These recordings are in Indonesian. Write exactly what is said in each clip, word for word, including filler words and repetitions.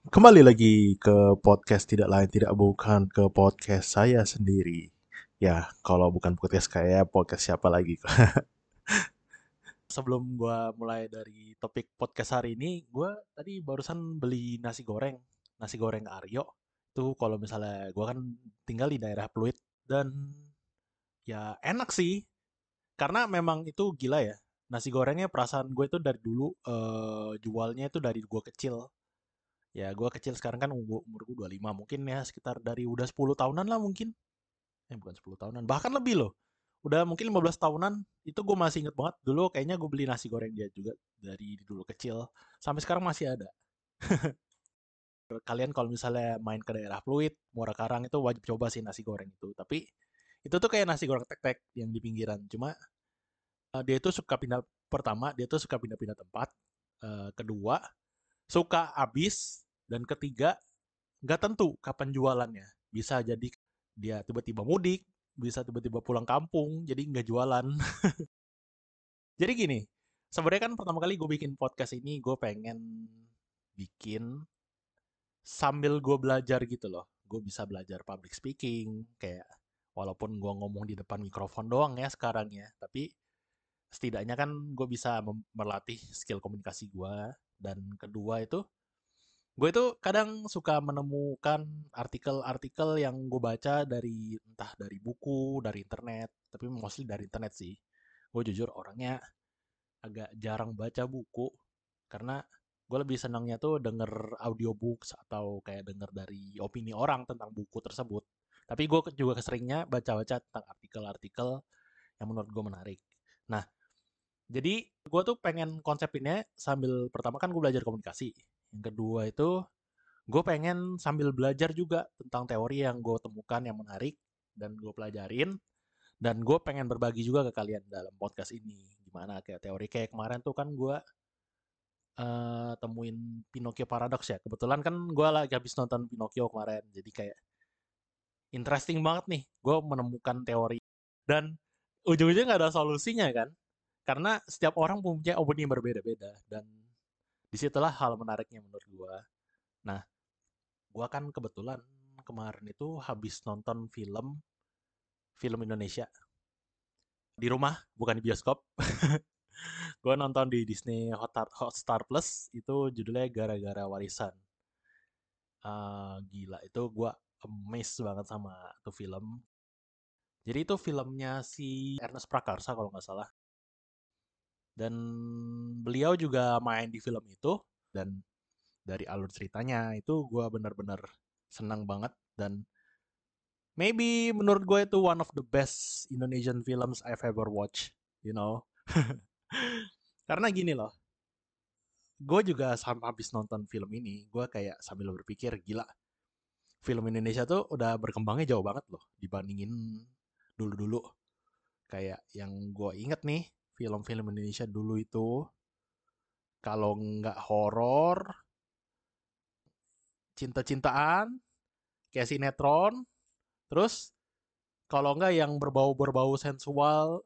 Kembali lagi ke podcast tidak lain tidak bukan ke podcast saya sendiri. Ya, kalau bukan podcast kayak podcast siapa lagi? Sebelum gua mulai dari topik podcast hari ini, gua tadi barusan beli nasi goreng, nasi goreng Aryo. Itu kalau misalnya gua kan tinggal di daerah Pluit dan ya enak sih, karena memang itu gila ya. Nasi gorengnya perasaan gue itu dari dulu eh, jualnya itu dari gue kecil. Ya, gue kecil sekarang kan umur, umur gue dua puluh lima. Mungkin ya sekitar dari udah sepuluh tahunan lah mungkin. Eh, bukan sepuluh tahunan. Bahkan lebih loh. Udah mungkin lima belas tahunan. Itu gue masih inget banget. Dulu kayaknya gue beli nasi goreng dia juga. Dari dulu kecil. Sampai sekarang masih ada. Kalian kalau misalnya main ke daerah Pluit, Muara Karang itu wajib coba sih nasi goreng itu. Tapi itu tuh kayak nasi goreng tek-tek yang di pinggiran. Cuma eh, dia itu suka pindah. Pertama, dia tuh suka pindah-pindah tempat. Eh, kedua, suka habis. Dan ketiga, nggak tentu kapan jualannya. Bisa jadi dia tiba-tiba mudik, bisa tiba-tiba pulang kampung, jadi nggak jualan. Jadi gini, sebenarnya kan pertama kali gue bikin podcast ini, gue pengen bikin sambil gue belajar gitu loh. Gue bisa belajar public speaking, kayak walaupun gue ngomong di depan mikrofon doang ya sekarang ya, tapi setidaknya kan gue bisa melatih skill komunikasi gue. Dan kedua itu, gue itu kadang suka menemukan artikel-artikel yang gue baca dari entah dari buku, dari internet, tapi mostly dari internet sih. Gue jujur orangnya agak jarang baca buku karena gue lebih senangnya tuh denger audiobooks atau kayak denger dari opini orang tentang buku tersebut. Tapi gue juga keseringnya baca-baca tentang artikel-artikel yang menurut gue menarik. Nah, jadi gue tuh pengen konsepinnya sambil pertama kan gue belajar komunikasi. Yang kedua itu gue pengen sambil belajar juga tentang teori yang gue temukan yang menarik dan gue pelajarin, dan gue pengen berbagi juga ke kalian dalam podcast ini gimana kayak teori kayak kemarin tuh kan gue uh, temuin Pinocchio Paradox ya, kebetulan kan gue lagi habis nonton Pinocchio kemarin, jadi kayak interesting banget nih gue menemukan teori dan ujung-ujungnya nggak ada solusinya kan, karena setiap orang punya opini yang berbeda-beda, dan disitulah hal menariknya menurut gue. Nah, gua kan kebetulan kemarin itu habis nonton film film Indonesia di rumah, bukan di bioskop. Gua nonton di Disney Hotstar, Hotstar Plus, itu judulnya Gara-gara Warisan. Ah, gila itu gua amazed banget sama tuh film. Jadi itu filmnya si Ernest Prakarsa kalau nggak salah. Dan beliau juga main di film itu, dan dari alur ceritanya itu gua bener-bener senang banget, dan maybe menurut gue itu one of the best Indonesian films I've ever watched, you know. Karena gini loh, gue juga sama habis nonton film ini, gue kayak sambil berpikir, gila, film Indonesia tuh udah berkembangnya jauh banget loh dibandingin dulu-dulu. Kayak yang gue inget nih, film-film Indonesia dulu itu kalau nggak horor, cinta-cintaan, kayak sinetron, terus kalau nggak yang berbau-berbau sensual.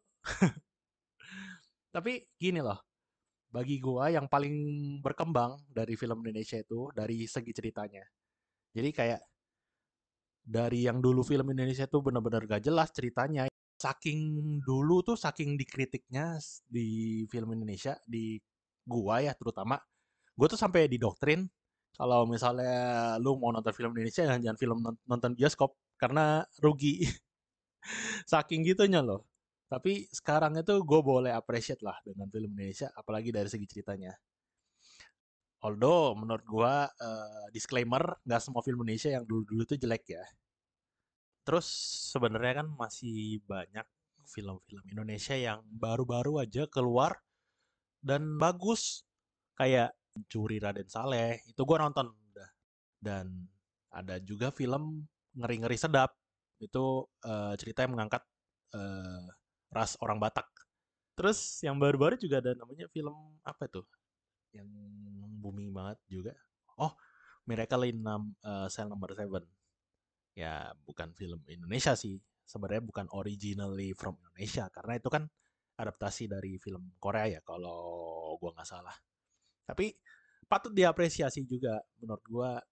Tapi gini loh, bagi gua yang paling berkembang dari film Indonesia itu dari segi ceritanya. Jadi kayak dari yang dulu film Indonesia tuh benar-benar gak jelas ceritanya. Saking dulu tuh saking dikritiknya di film Indonesia di gua ya terutama. Gua tuh sampai didoktrin kalau misalnya lu mau nonton film Indonesia jangan, jangan film nonton bioskop karena rugi. Saking gitunya loh. Tapi sekarang itu gue boleh appreciate lah dengan film Indonesia, apalagi dari segi ceritanya. Although menurut gua eh, disclaimer, nggak semua film Indonesia yang dulu-dulu tuh jelek ya. Terus sebenarnya kan masih banyak film-film Indonesia yang baru-baru aja keluar dan bagus. Kayak Curi Raden Saleh, itu gua nonton udah. Dan ada juga film Ngeri-Ngeri Sedap. Itu eh, cerita yang mengangkat eh, ras orang Batak. Terus yang baru-baru juga ada namanya film apa tuh? Yang booming banget juga. Oh, Miracle in Num- eh, Cell Number Seven. Ya, bukan film Indonesia sih. Sebenarnya bukan originally from Indonesia karena itu kan adaptasi dari film Korea ya kalau gua nggak salah. Tapi patut diapresiasi juga menurut gua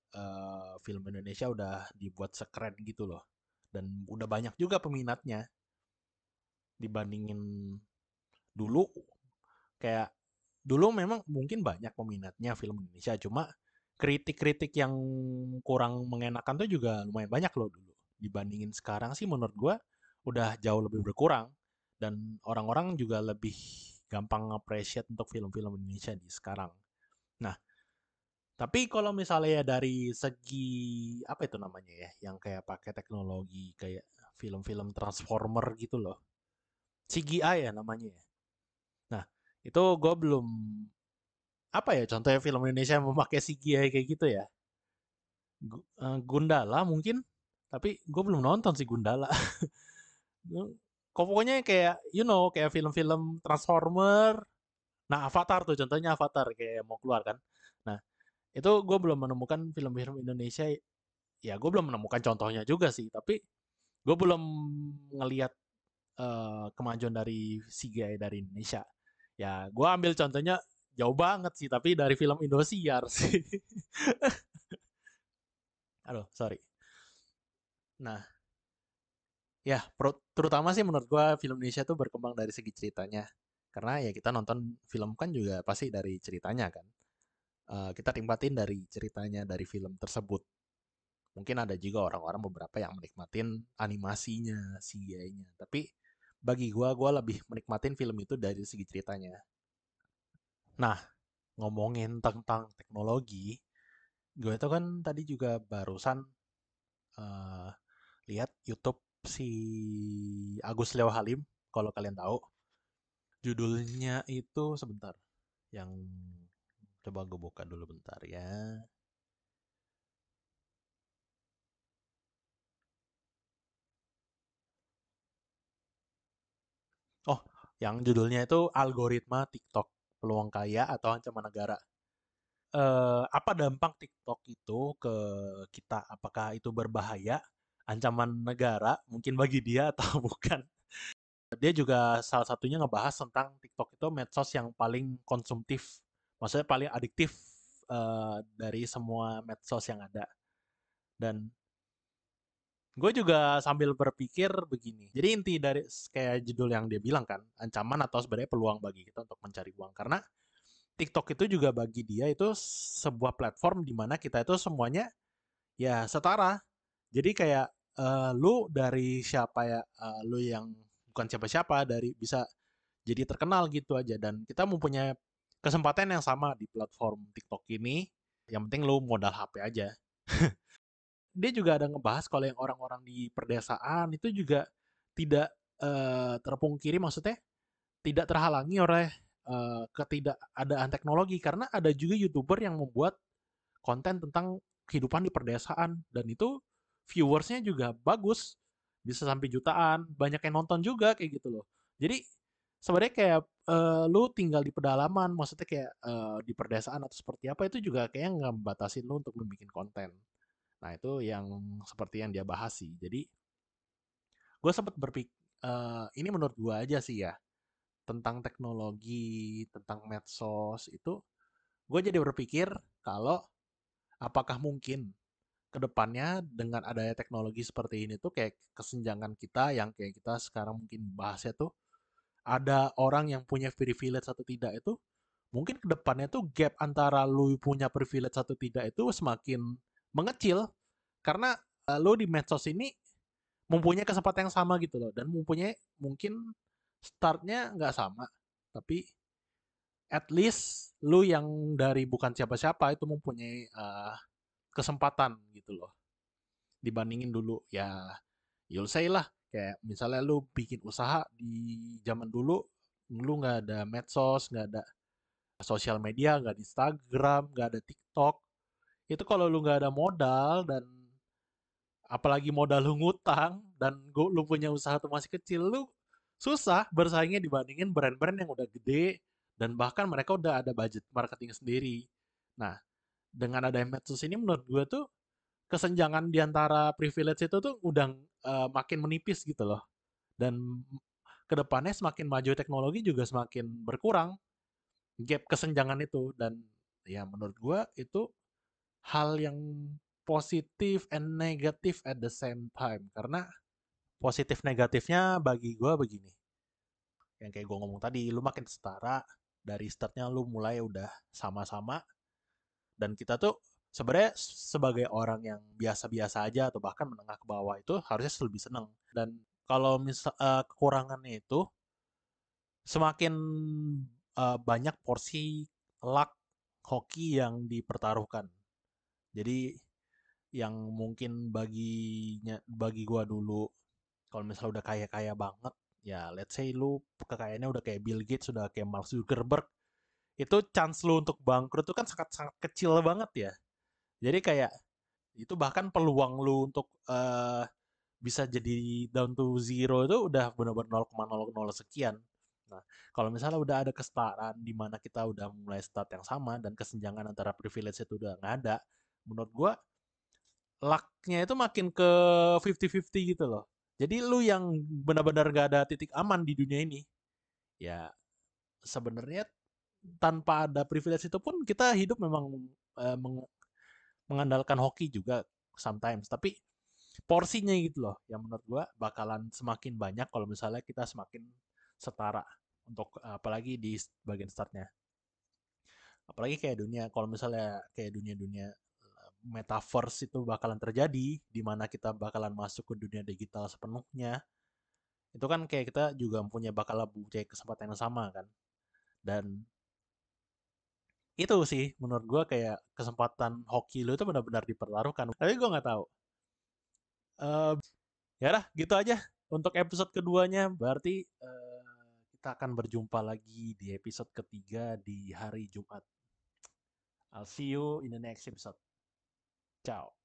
eh, film Indonesia udah dibuat sekeren gitu loh. Dan udah banyak juga peminatnya dibandingin dulu. Kayak dulu memang mungkin banyak peminatnya film Indonesia, cuma kritik-kritik yang kurang mengenakan tuh juga lumayan banyak loh dulu. Dibandingin sekarang sih menurut gua udah jauh lebih berkurang, dan orang-orang juga lebih gampang appreciate untuk film-film Indonesia di sekarang. Nah, tapi kalau misalnya dari segi apa itu namanya ya, yang kayak pakai teknologi kayak film-film Transformer gitu loh. C G I ya namanya ya. Nah, itu gue belum apa ya contohnya film Indonesia yang memakai C G I kayak gitu ya. Gu- eh, Gundala mungkin, tapi gue belum nonton sih Gundala. Kok pokoknya kayak you know kayak film-film Transformer. Nah, Avatar tuh contohnya Avatar kayak mau keluar kan. Nah, itu gue belum menemukan film-film Indonesia. Ya gue belum menemukan contohnya juga sih, tapi gue belum ngelihat eh, kemajuan dari C G I dari Indonesia. Ya, gue ambil contohnya jauh banget sih, tapi dari film Indosiar sih. Aduh, sorry. Nah, ya pro- terutama sih menurut gue film Indonesia tuh berkembang dari segi ceritanya. Karena ya kita nonton film kan juga pasti dari ceritanya kan. Eh, kita nikmatin dari ceritanya dari film tersebut. Mungkin ada juga orang-orang beberapa yang menikmatin animasinya, C G I-nya. Tapi bagi gua, gua lebih menikmatin film itu dari segi ceritanya. Nah, ngomongin tentang teknologi, gue itu kan tadi juga barusan eh, lihat YouTube si Agus Leo Halim, kalau kalian tahu. Judulnya itu sebentar, yang coba gue buka dulu bentar ya. Oh, yang judulnya itu Algoritma TikTok, Peluang Kaya atau Ancaman Negara. Eh, apa dampak TikTok itu ke kita? Apakah itu berbahaya, ancaman negara, mungkin bagi dia atau bukan? Dia juga salah satunya ngebahas tentang TikTok itu medsos yang paling konsumtif, maksudnya paling adiktif eh, dari semua medsos yang ada. Dan gue juga sambil berpikir begini. Jadi inti dari kayak judul yang dia bilang kan, ancaman atau sebenarnya peluang bagi kita untuk mencari uang. Karena TikTok itu juga bagi dia itu sebuah platform di mana kita itu semuanya ya setara. Jadi kayak eh, lu dari siapa ya, eh, lu yang bukan siapa-siapa dari bisa jadi terkenal gitu aja, dan kita mempunyai kesempatan yang sama di platform TikTok ini. Yang penting lu modal H P aja. Dia juga ada ngebahas kalau yang orang-orang di perdesaan itu juga tidak eh, terpungkiri, maksudnya tidak terhalangi oleh eh, ketidakadaan teknologi, karena ada juga YouTuber yang membuat konten tentang kehidupan di perdesaan, dan itu viewersnya juga bagus, bisa sampai jutaan, banyak yang nonton juga kayak gitu loh. Jadi sebenarnya kayak eh, lu tinggal di pedalaman, maksudnya kayak eh, di perdesaan atau seperti apa, itu juga kayaknya nggak membatasin lu untuk membuat konten. Nah itu yang seperti yang dia bahas sih. Jadi gue sempat berpikir, ini menurut gue aja sih ya, tentang teknologi, tentang medsos itu, gue jadi berpikir kalau apakah mungkin kedepannya dengan adanya teknologi seperti ini tuh kayak kesenjangan kita yang kayak kita sekarang mungkin bahasnya tuh ada orang yang punya privilege atau tidak, itu mungkin kedepannya tuh gap antara lu punya privilege atau tidak itu semakin mengecil, karena uh, lu di medsos ini mempunyai kesempatan yang sama gitu loh, dan mempunyai mungkin startnya nggak sama, tapi at least lu yang dari bukan siapa-siapa itu mempunyai uh, kesempatan gitu loh, dibandingin dulu ya. You'll say lah, kayak misalnya lu bikin usaha di zaman dulu, lu nggak ada medsos, nggak ada sosial media, nggak ada Instagram, nggak ada TikTok. Itu kalau lu nggak ada modal, dan apalagi modal lu ngutang, dan gua- lu punya usaha tuh masih kecil, lu susah bersaingnya dibandingin brand-brand yang udah gede, dan bahkan mereka udah ada budget marketing sendiri. Nah, dengan ada medsos ini menurut gue tuh kesenjangan di antara privilege itu tuh udah eh, makin menipis gitu loh. Dan kedepannya semakin maju teknologi juga semakin berkurang gap kesenjangan itu. Dan ya menurut gue itu hal yang positif and negatif at the same time. Karena positif negatifnya bagi gue begini. Yang kayak gue ngomong tadi, lu makin setara, dari startnya lu mulai udah sama-sama, dan kita tuh sebenarnya sebagai orang yang biasa-biasa aja atau bahkan menengah ke bawah itu harusnya lebih seneng. Dan kalau misal uh, kekurangannya itu semakin uh, banyak porsi luck hoki yang dipertaruhkan. Jadi yang mungkin baginya bagi gua dulu kalau misalnya udah kaya-kaya banget, ya let's say lu kekayaannya udah kayak Bill Gates, sudah kayak Mark Zuckerberg, itu chance lu untuk bangkrut itu kan sangat-sangat kecil banget ya. Jadi kayak itu bahkan peluang lu untuk eh, bisa jadi down to zero itu udah benar-benar nol koma nol nol sekian. Nah, kalau misalnya udah ada kesetaraan di mana kita udah mulai start yang sama dan kesenjangan antara privilege itu udah nggak ada, menurut gua luck-nya itu makin ke fifty fifty gitu loh. Jadi lu yang benar-benar gak ada titik aman di dunia ini, ya sebenarnya tanpa ada privilege itu pun kita hidup memang eh, meng- mengandalkan hoki juga sometimes. Tapi porsinya gitu loh, yang menurut gua bakalan semakin banyak kalau misalnya kita semakin setara untuk apalagi di bagian startnya. Apalagi kayak dunia, kalau misalnya kayak dunia-dunia metaverse itu bakalan terjadi, di mana kita bakalan masuk ke dunia digital sepenuhnya, itu kan kayak kita juga punya bakal punya kesempatan yang sama kan. Dan itu sih menurut gue kayak kesempatan hoki lu itu benar-benar dipertaruhkan. Tapi gue nggak tahu. Eh ya lah, gitu aja untuk episode keduanya. Berarti eh, kita akan berjumpa lagi di episode ketiga di hari Jumat. I'll see you in the next episode. Ciao.